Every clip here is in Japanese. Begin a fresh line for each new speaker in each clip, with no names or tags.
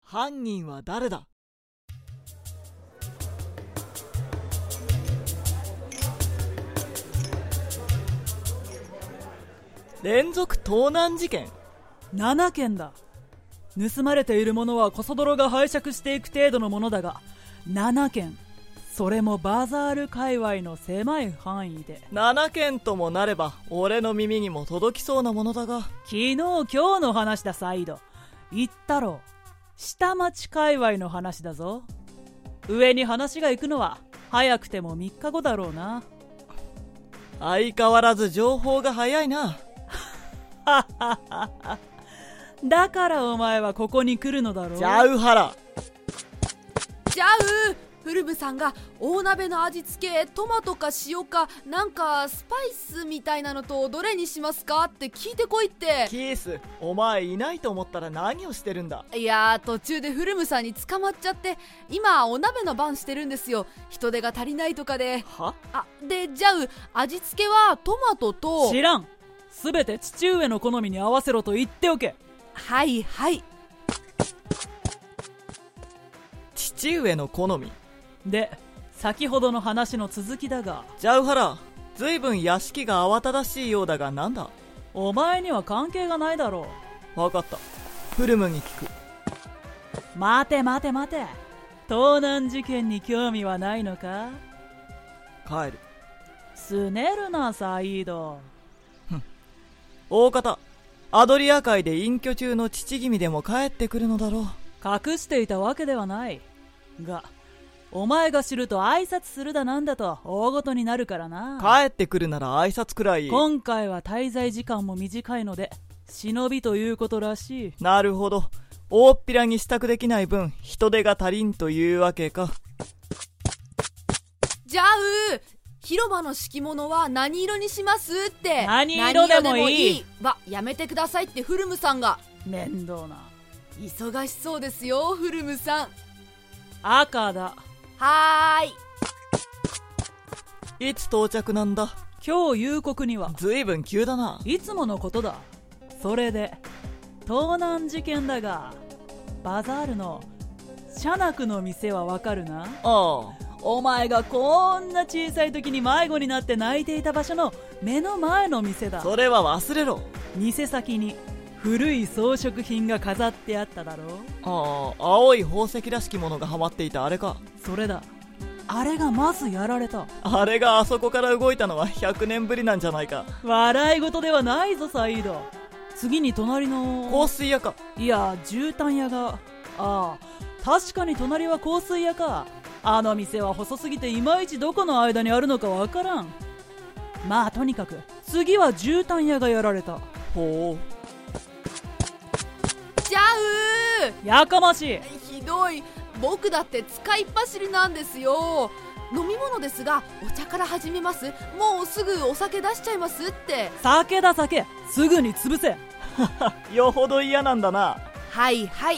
犯人は誰だ？連続盗難事件
7件だ。盗まれているものはコソ泥が拝借していく程度のものだが、7件、それもバザール界隈の狭い範囲で。
7件ともなれば俺の耳にも届きそうなものだが、
昨日今日の話だ。サイド言ったろう、下町界隈の話だぞ。上に話が行くのは早くても3日後だろうな。
相変わらず情報が早いな。
だからお前はここに来るのだろう。
ジャウハラ。
ジャウ、フルムさんが大鍋の味付け、トマトか塩かなんかスパイスみたいなのとどれにしますかって聞いてこいって。
キース、お前いないと思ったら何をしてるんだ？
いやー、途中でフルムさんに捕まっちゃって、今お鍋の番してるんですよ。人手が足りないとかで。
は？
でジャウ、味付けはトマトと。
知らん。すべて父上の好みに合わせろと言っておけ。
はいはい。
父上の好み
で、先ほどの話の続きだが。
ジャウハラ、ずいぶん屋敷が慌ただしいようだがなんだ？
お前には関係がないだろ
う。分かった、フルムに聞く。
待て待て待て、盗難事件に興味はないのか？
帰る。
すねるなサイード。
大方アドリア海で隠居中の父君でも帰ってくるのだろう。
隠していたわけではないが、お前が知ると挨拶するだなんだと大ごとになるからな。
帰ってくるなら挨拶くらい。
今回は滞在時間も短いので忍びということらしい。
なるほど、大っぴらに支度できない分人手が足りんというわけか。
ジャウ、広場の敷物は何色にしますって。
何色でもいい
やめてくださいってフルムさんが。
面倒な。
忙しそうですよフルムさん。
赤だ。
は
ーい。いつ到着なんだ？
今日夕刻には。
ずいぶん急だな。
いつものことだ。それで盗難事件だが、バザールのシャナクの店はわかるな？
ああ。
お前がこんな小さい時に迷子になって泣いていた場所の目の前の店だ。
それは忘れろ。
店先に古い装飾品が飾ってあっただろう。
ああ、青い宝石らしきものがはまっていたあれか。
それだ。あれがまずやられた。
あれがあそこから動いたのは100年ぶりなんじゃないか。
笑い事ではないぞサイード。次に隣の
香水屋か。
いや、絨毯屋が。ああ、確かに隣は香水屋か。あの店は細すぎていまいちどこの間にあるのかわからん。まあとにかく次は絨毯屋がやられた。
ほう。
ジャ
ウ、やかましい。
ひどい。僕だって使いっ走りなんですよ。飲み物ですがお茶から始めます？もうすぐお酒出しちゃいますって。
酒だ酒、すぐに潰せ。
よほど嫌なんだな。
はいはい。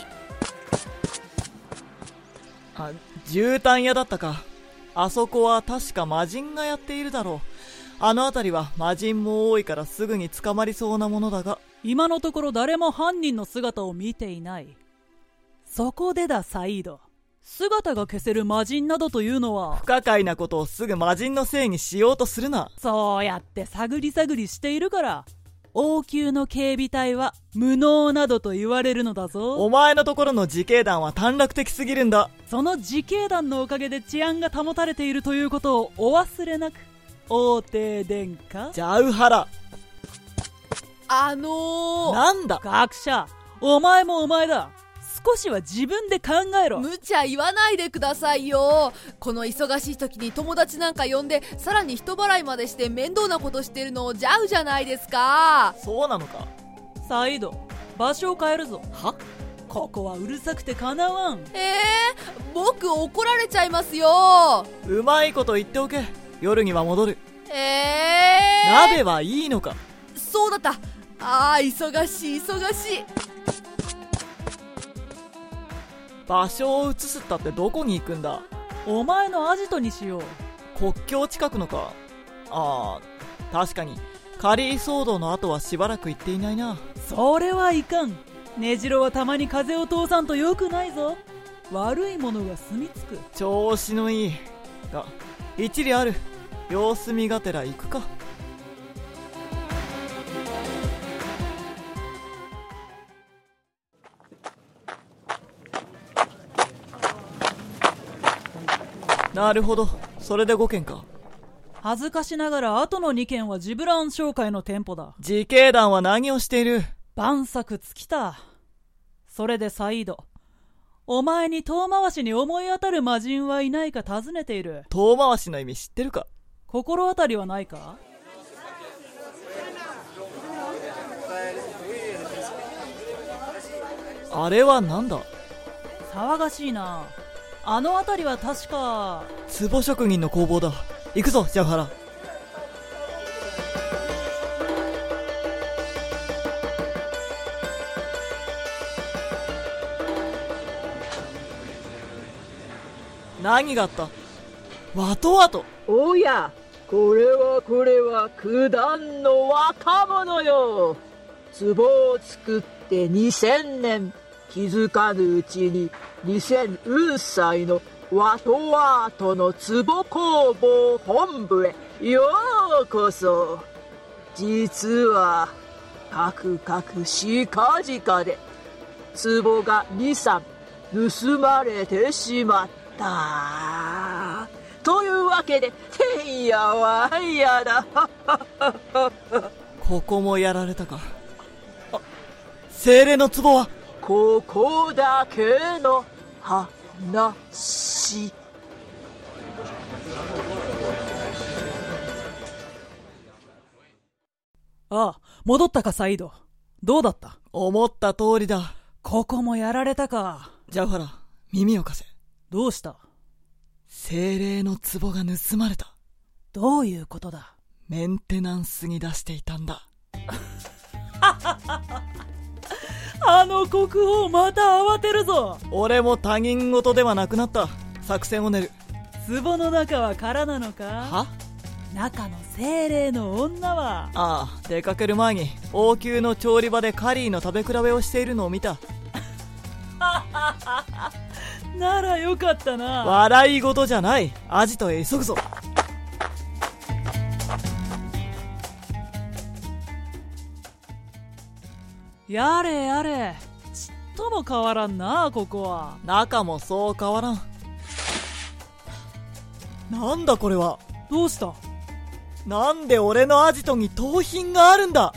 絨毯屋だったか。あそこは確か魔人がやっているだろう。あの辺りは魔人も多いからすぐに捕まりそうなものだが、
今のところ誰も犯人の姿を見ていない。そこでだサイード、姿が消せる魔人などというのは。
不可解なことをすぐ魔人のせいにしようとするな。
そうやって探り探りしているから王宮の警備隊は無能などと言われるのだぞ。
お前のところの自警団は短絡的すぎるんだ。
その自警団のおかげで治安が保たれているということをお忘れなく、王帝殿下。
ジャウハラ。
なん
だ
学者、お前もお前だ。少しは自分で考えろ。
無茶言わないでくださいよ。この忙しい時に友達なんか呼んでさらに人払いまでして面倒なことしてるのジャウじゃないですか。
そうなのか。
サイード、場所を変えるぞ。
は？
ここはうるさくてかなわん。
僕怒られちゃいますよ。
うまいこと言っておけ。夜には戻る。鍋はいいのか。
そうだった。忙しい忙しい。
場所を移すったってどこに行くんだ？
お前のアジトにしよう。
国境近くのか。確かにカリー騒動の後はしばらく行っていないな。
それはいかん。 根城はたまに風を通さんとよくないぞ。悪いものが住み着く。
調子のいいが一理ある。様子見がてら行くか。なるほど、それで5件か。
恥ずかしながら後の2件はジブラン商会の店舗だ。
自警団は何をしている？
晩作尽きた。それでサイード、お前に遠回しに思い当たる魔人はいないか尋ねている。
遠回しの意味知ってるか？
心当たりはないか？
あれはなんだ？
騒がしいな。あの辺りは確か
壺職人の工房だ。行くぞジャフハラ。何があった？ワトワト。
おや、これは九段の若者よ。壺を作って2000年、気づかぬうちに2000運歳のワトワートの壺工房本部へようこそ。実はカクカクしかじかで壺が2、3盗まれてしまった。というわけでてんやわんやだ。
ここもやられたか。あ、精霊の壺は
ここだけの話。
ああ、戻ったかサイード。どうだった？
思った通りだ。
ここもやられたか。
ジャフハラ、耳を貸せ。
どうした？
精霊の壺が盗まれた。
どういうことだ？
メンテナンスに出していたんだ。
あの国王また慌てるぞ。
俺も他人事ではなくなった。作戦を練る。
壺の中は空なのか？
は？
中の精霊の女は？
ああ、出かける前に王宮の調理場でカリーの食べ比べをしているのを見た。
ならよかったな。
笑い事じゃない。アジトへ急ぐぞ。
やれやれ、ちっとも変わらんな。ここは
中もそう変わらん。なんだこれは。
どうした？
なんで俺のアジトに盗品があるんだ。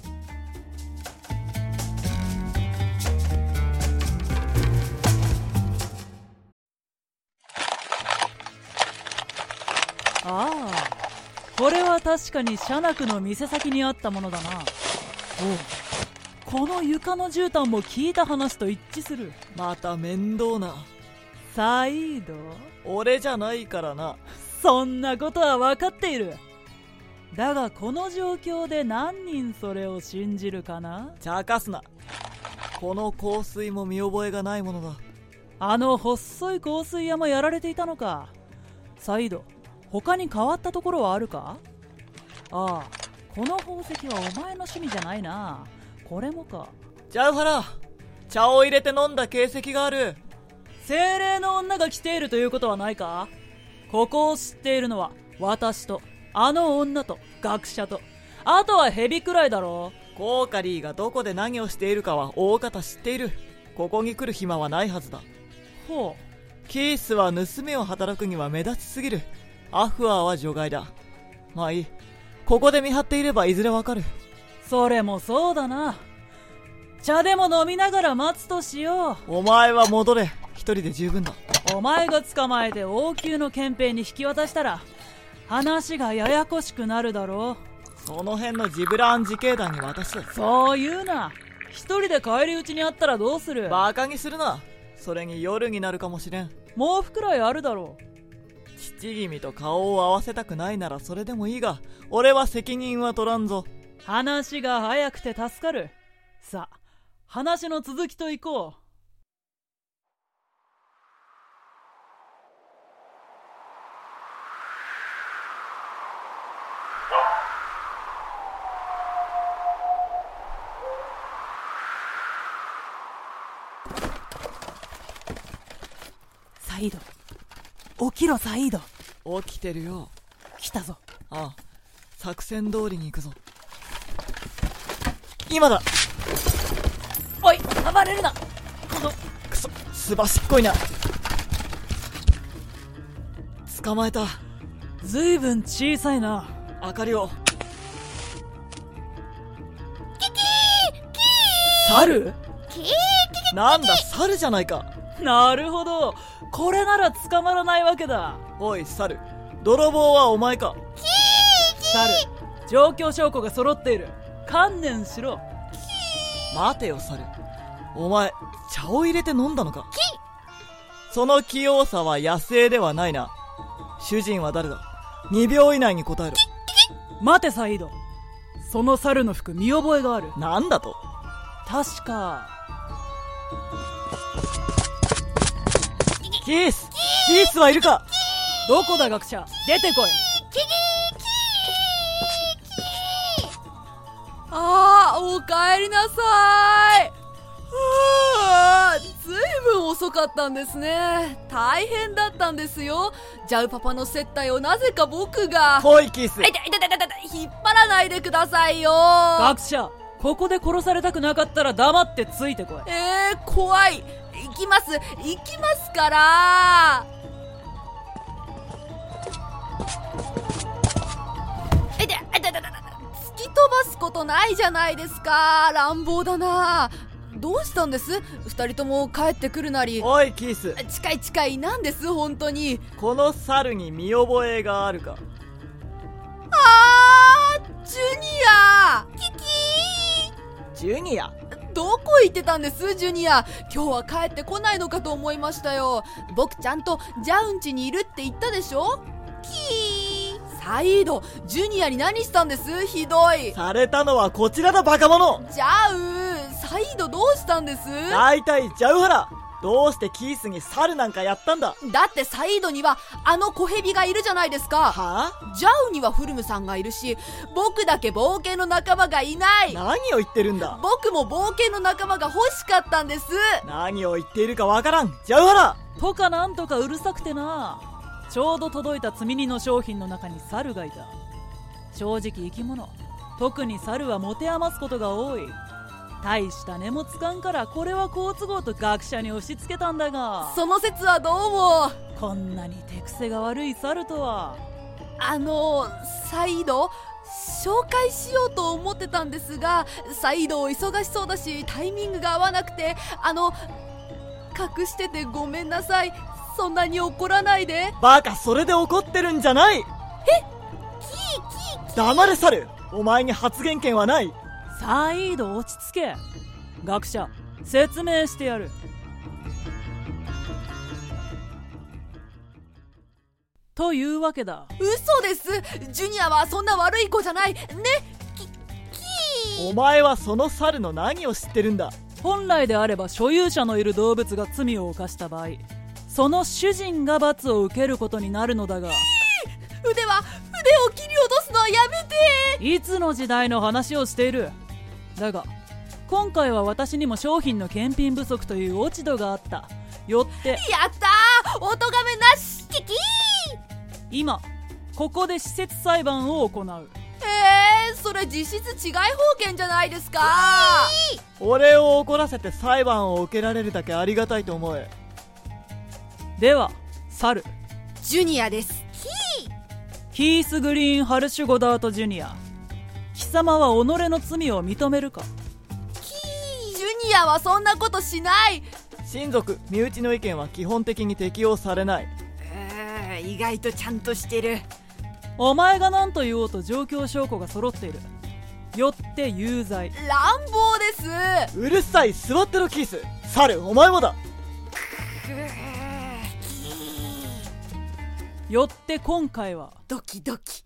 ああ、これは確かにシャナクの店先にあったものだな。おう、この床の絨毯も聞いた話と一致する。
また面倒な。
サイード、
俺じゃないからな。
そんなことは分かっている。だがこの状況で何人それを信じるかな？
茶化すな。この香水も見覚えがないものだ。
あの細い香水屋もやられていたのか。サイード、他に変わったところはあるか？ああ、この宝石はお前の趣味じゃないな。これもか。
ジャウハラ、茶を入れて飲んだ形跡がある。
精霊の女が来ているということはないか？ここを知っているのは私とあの女と学者と、あとはヘビくらいだろう。
コーカリーがどこで何をしているかは大方知っている。ここに来る暇はないはずだ。
ほ
う。キースは盗みを働くには目立ちすぎる。アフアーは除外だ。まあいい。ここで見張っていればいずれわかる。
それもそうだな。茶でも飲みながら待つとしよ
う。お前は戻れ。一人で十分だ。
お前が捕まえて王宮の憲兵に引き渡したら話がややこしくなるだろう。
その辺のジブラーン自警団に渡す。
そう言うな。一人で帰り討ちにあったらどうする？
バカにするな。それに夜になるかもしれん。
毛布くらいあるだろう。
父君と顔を合わせたくないならそれでもいいが、俺は責任は取らんぞ。
話が早くて助かる。さあ、話の続きといこう。 イード、起きろサイード。
起きてるよ。
来たぞ。
ああ、作戦通りに行くぞ。今だ。
おい、暴れるな。
このクソすばしっこいな。捕まえた。
ずいぶん小さいな。
明かりを。
猿？
なんだ、猿じゃないか。
なるほど、これなら捕まらないわけだ。
おい猿、泥棒はお前か。
猿、状況証拠が揃っている。観念しろ。
待てよ猿、お前茶を入れて飲んだのか。その器用さは野生ではないな。主人は誰だ。2秒以内に答えろ。
待てサイード、その猿の服見覚えがある。
なんだと。
確か
キースはいるか。
どこだ学者、出てこい。
おかえりなさい。ずいぶん遅かったんですね。大変だったんですよ。ジャウパパの接待をなぜか僕が。
おいキース。
引っ張らないでくださいよ。
学者、ここで殺されたくなかったら黙ってついてこい。
怖い。行きますから。突き飛ばすことないじゃないですか。乱暴だな。どうしたんです？二人とも帰ってくるなり。
おいキース、
近い。なんです？本当に。
この猿に見覚えがあるか。
ジュニア。
ジュニア？
どこ行ってたんです？ジュニア、今日は帰ってこないのかと思いましたよ。僕ちゃんとジャウン家にいるって言ったでしょ。サイード、ジュニアに何したんです？ひどい。
されたのはこちらだバカ者。
ジャウ、サイードどうしたんです？
大体ジャウハラ、どうしてキースに猿なんかやったんだ。
だってサイードにはあの小蛇がいるじゃないですか。
は
ジャウにはフルムさんがいるし、僕だけ冒険の仲間がいない。
何を言ってるんだ。
僕も冒険の仲間が欲しかったんです。
何を言っているかわからんジャウハラ。
とかなんとかうるさくてな。ちょうど届いた積み荷の商品の中に猿がいた。正直生き物、特に猿は持て余すことが多い。大した値もつかんからこれは好都合と学者に押し付けたんだが、
その説はどうも。
こんなに手癖が悪い猿とは。
サイード、紹介しようと思ってたんですが、サイード忙しそうだしタイミングが合わなくて、隠しててごめんなさい。そんなに怒らないで。
バカ、それで怒ってるんじゃない。黙れ猿、お前に発言権はない。
サイード落ち着け。学者、説明してやる。というわけだ。
嘘です。ジュニアはそんな悪い子じゃないね。
お前はその猿の何を知ってるんだ。
本来であれば所有者のいる動物が罪を犯した場合、その主人が罰を受けることになるのだが、
腕を切り落とすのはやめて。
いつの時代の話をしている。だが今回は私にも商品の検品不足という落ち度があった。よって
やったー、お咎めなし。
今ここで施設裁判を行う。
それ実質違い保険じゃないですか。
俺を怒らせて裁判を受けられるだけありがたいと思え。
では猿、
ジュニアです。
キース・グリーン・ハルシュ・ゴダート・ジュニア、貴様は己の罪を認めるか。
ジュニアはそんなことしない。
親族身内の意見は基本的に適用されない。
意外とちゃんとしてる。
お前が何と言おうと状況証拠が揃っている。よって有罪。
乱暴です。
うるさい、座ってろキース。猿、お前もだ。
よって今回は
ドキドキ。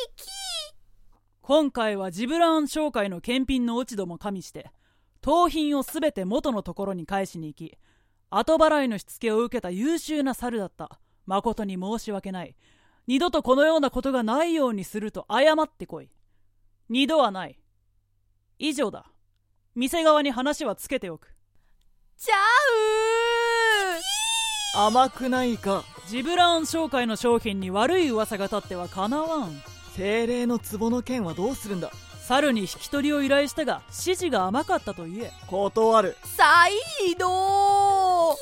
今回はジブラーン商会の検品の落ち度も加味して盗品をすべて元のところに返しに行き、後払いのしつけを受けた優秀な猿だった。誠に申し訳ない。二度とこのようなことがないようにすると謝ってこい。二度はない。以上だ。店側に話はつけておく。
ちゃう
甘くないか。
ジブラーン商会の商品に悪い噂が立ってはかなわん。
精霊の壺の件はどうするんだ。
猿に引き取りを依頼したが指示が甘かったと言え。
断る。
サイド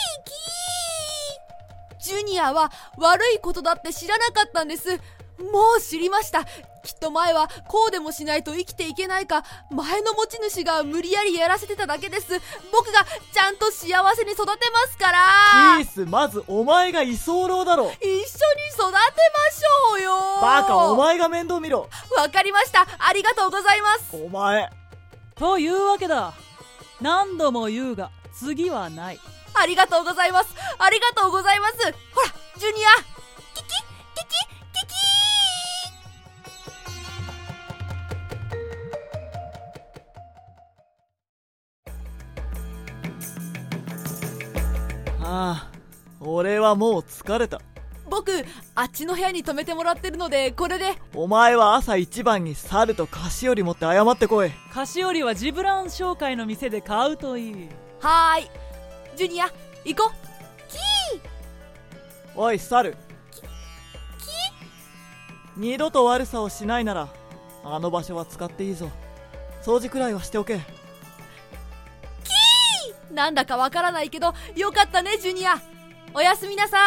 ジュニアは悪いことだって知らなかったんです。もう知りました。きっと前はこうでもしないと生きていけないか、前の持ち主が無理やりやらせてただけです。僕がちゃんと幸せに育てますから。
キース、まずお前が居候だろ。
一緒に育てましょうよ。
バカ、お前が面倒見ろ。
わかりました。ありがとうございます。
お前。
というわけだ。何度も言うが次はない。
ありがとうございます。ありがとうございます。ほらジュニア、キキキキキキ
ああ、俺はもう疲れた。
僕あっちの部屋に泊めてもらってるので、これで。
お前は朝一番に猿と菓子折り持って謝ってこい。
菓子折りはジブラーン商会の店で買うといい。
はーい、ジュニア行こう。
おい猿、二度と悪さをしないならあの場所は使っていいぞ。掃除くらいはしておけ。
なんだかわからないけどよかったねジュニア。おやすみなさ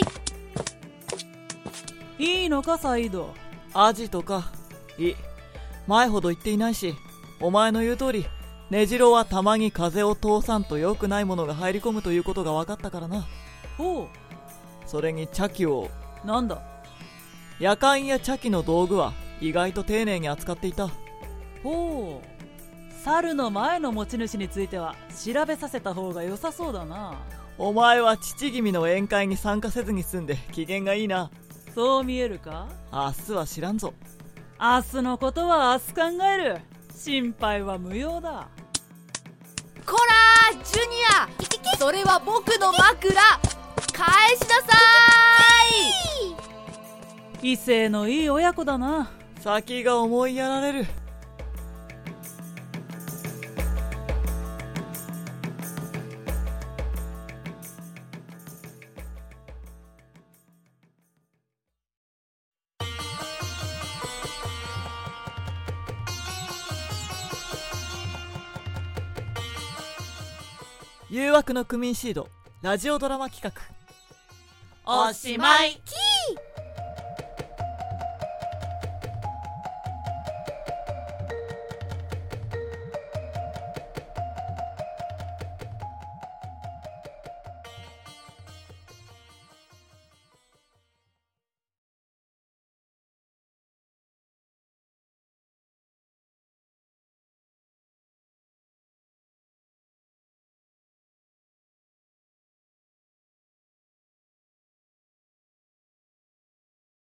ーい。
いいのかサイド。
アジとかいい。前ほど言っていないし、お前の言う通り根城はたまに風を通さんと良くないものが入り込むということが分かったからな。
ほ
それに茶器を、
う、なんだ。
やかんや茶器の道具は意外と丁寧に扱っていた。
ほう、猿の前の持ち主については調べさせた方が良さそうだな。
お前は父君の宴会に参加せずに済んで機嫌がいいな。
そう見えるか。
明日は知らんぞ。
明日のことは明日考える。心配は無用だ。
こらージュニア、それは僕の枕返しなさーい。
威勢のいい親子だな。
先が思いやられる。誘惑のクミンシードラジオドラマ企画。
おしまい。
キー